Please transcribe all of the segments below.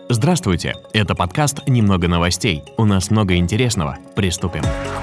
Здравствуйте, это подкаст «Немного новостей». У нас много интересного. Приступим.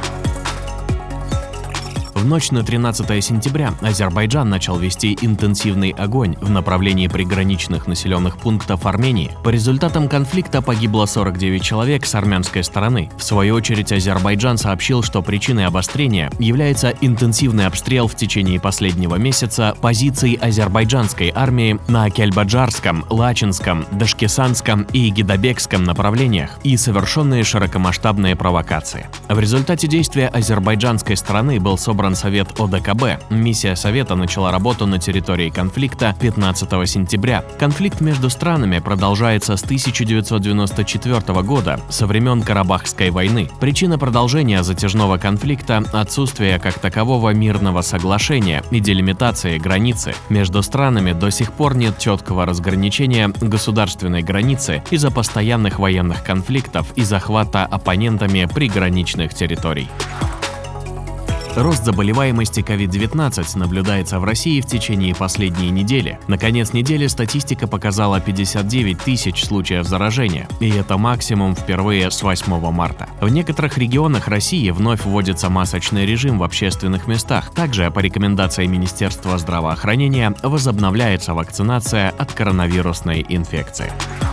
В ночь на 13 сентября Азербайджан начал вести интенсивный огонь в направлении приграничных населенных пунктов Армении. По результатам конфликта погибло 49 человек с армянской стороны. В свою очередь, Азербайджан сообщил, что причиной обострения является интенсивный обстрел в течение последнего месяца позиций азербайджанской армии на Кельбаджарском, Лачинском, Дашкесанском и Гидабекском направлениях и совершенные широкомасштабные провокации. В результате действия азербайджанской стороны был собран Совет ОДКБ. Миссия Совета начала работу на территории конфликта 15 сентября. Конфликт между странами продолжается с 1994 года, со времен Карабахской войны. Причина продолжения затяжного конфликта – отсутствие как такового мирного соглашения и делимитации границы. Между странами до сих пор нет четкого разграничения государственной границы из-за постоянных военных конфликтов и захвата оппонентами приграничных территорий. Рост заболеваемости COVID-19 наблюдается в России в течение последней недели. На конец недели статистика показала 59 тысяч случаев заражения, и это максимум впервые с 8 марта. В некоторых регионах России вновь вводится масочный режим в общественных местах. Также, по рекомендации Министерства здравоохранения, возобновляется вакцинация от коронавирусной инфекции.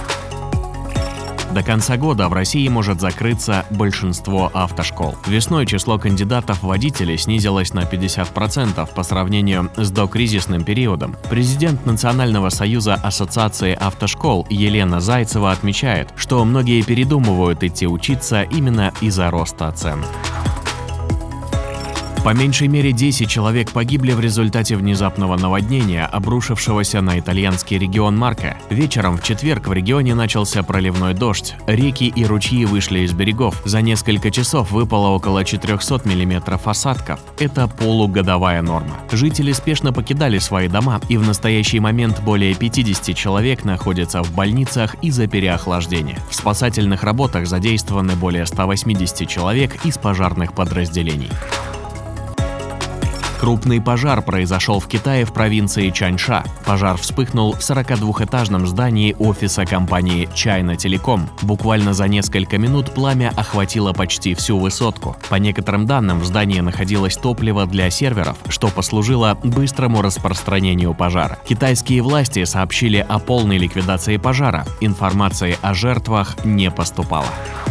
До конца года в России может закрыться большинство автошкол. Весной число кандидатов-водителей снизилось на 50% по сравнению с докризисным периодом. Президент Национального союза ассоциации автошкол Елена Зайцева отмечает, что многие передумывают идти учиться именно из-за роста цен. По меньшей мере 10 человек погибли в результате внезапного наводнения, обрушившегося на итальянский регион Марко. Вечером в четверг в регионе начался проливной дождь. Реки и ручьи вышли из берегов. За несколько часов выпало около 400 мм осадков. Это полугодовая норма. Жители спешно покидали свои дома, и в настоящий момент более 50 человек находятся в больницах из-за переохлаждения. В спасательных работах задействованы более 180 человек из пожарных подразделений. Крупный пожар произошел в Китае в провинции Чаньша. Пожар вспыхнул в 42-этажном здании офиса компании China Telecom. Буквально за несколько минут пламя охватило почти всю высотку. По некоторым данным, в здании находилось топливо для серверов, что послужило быстрому распространению пожара. Китайские власти сообщили о полной ликвидации пожара. Информации о жертвах не поступало.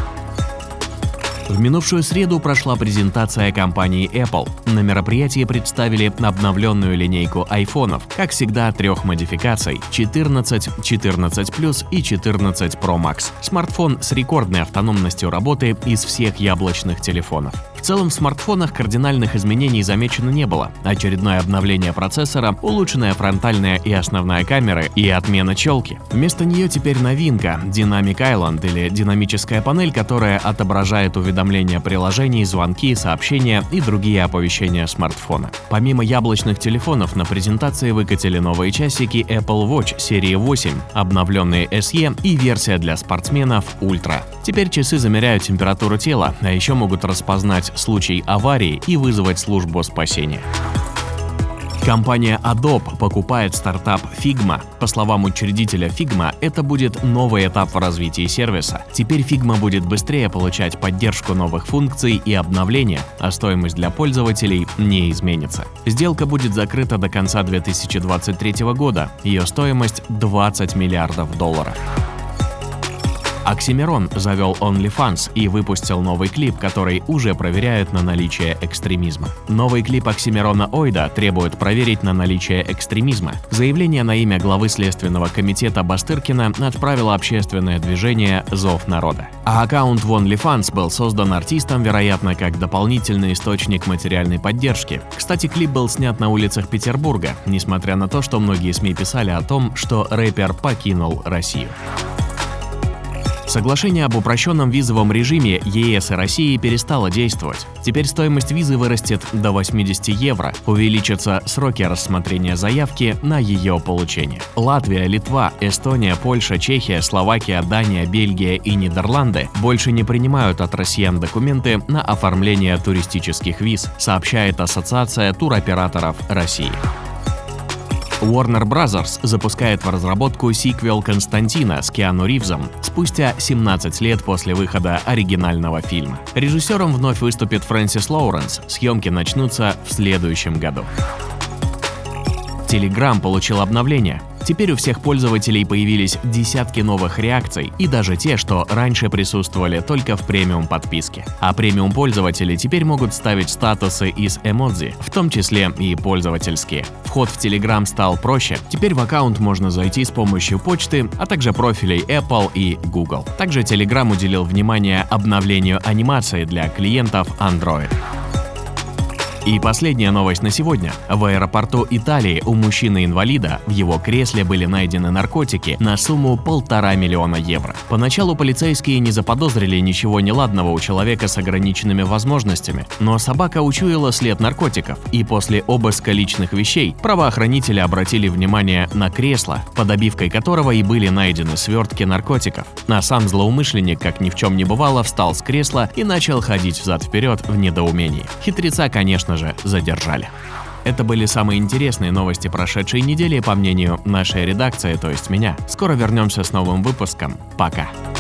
В минувшую среду прошла презентация компании Apple. На мероприятии представили обновленную линейку айфонов, как всегда, 3 модификаций – 14, 14 Plus и 14 Pro Max. Смартфон с рекордной автономностью работы из всех яблочных телефонов. В целом в смартфонах кардинальных изменений замечено не было. Очередное обновление процессора, улучшенная фронтальная и основная камеры и отмена челки. Вместо нее теперь новинка – Dynamic Island или динамическая панель, которая отображает уведомления приложений, звонки, сообщения и другие оповещения смартфона. Помимо яблочных телефонов на презентации выкатили новые часики Apple Watch серии 8, обновленные SE и версия для спортсменов Ultra. Теперь часы замеряют температуру тела, а еще могут распознать случай аварии и вызвать службу спасения. Компания Adobe покупает стартап Figma. По словам учредителя Figma, это будет новый этап в развитии сервиса. Теперь Figma будет быстрее получать поддержку новых функций и обновления, а стоимость для пользователей не изменится. Сделка будет закрыта до конца 2023 года. Ее стоимость $20 миллиардов. Оксимирон завел OnlyFans и выпустил новый клип, который уже проверяют на наличие экстремизма. Новый клип Оксимирона Ойда требует проверить на наличие экстремизма. Заявление на имя главы Следственного комитета Бастыркина отправило общественное движение «Зов народа». А аккаунт в OnlyFans был создан артистом, вероятно, как дополнительный источник материальной поддержки. Кстати, клип был снят на улицах Петербурга, несмотря на то, что многие СМИ писали о том, что рэпер покинул Россию. Соглашение об упрощенном визовом режиме ЕС и России перестало действовать. Теперь стоимость визы вырастет до 80 евро, увеличатся сроки рассмотрения заявки на ее получение. Латвия, Литва, Эстония, Польша, Чехия, Словакия, Дания, Бельгия и Нидерланды больше не принимают от россиян документы на оформление туристических виз, сообщает Ассоциация туроператоров России. Warner Bros. Запускает в разработку сиквел «Константина» с Киану Ривзом спустя 17 лет после выхода оригинального фильма. Режиссером вновь выступит Фрэнсис Лоуренс. Съемки начнутся в следующем году. Telegram получил обновление. Теперь у всех пользователей появились десятки новых реакций и даже те, что раньше присутствовали только в премиум подписке. А премиум пользователи теперь могут ставить статусы из эмодзи, в том числе и пользовательские. Вход в Telegram стал проще. Теперь в аккаунт можно зайти с помощью почты, а также профилей Apple и Google. Также Telegram уделил внимание обновлению анимации для клиентов Android. И последняя новость на сегодня. В аэропорту Италии у мужчины-инвалида в его кресле были найдены наркотики на сумму 1,5 миллиона евро. Поначалу полицейские не заподозрили ничего неладного у человека с ограниченными возможностями, но собака учуяла след наркотиков, и после обыска личных вещей правоохранители обратили внимание на кресло, под обивкой которого и были найдены свертки наркотиков. А сам злоумышленник, как ни в чем не бывало, встал с кресла и начал ходить взад-вперед в недоумении. Хитреца, конечно же, задержали. Это были самые интересные новости прошедшей недели, по мнению нашей редакции, то есть меня. Скоро вернемся с новым выпуском. Пока!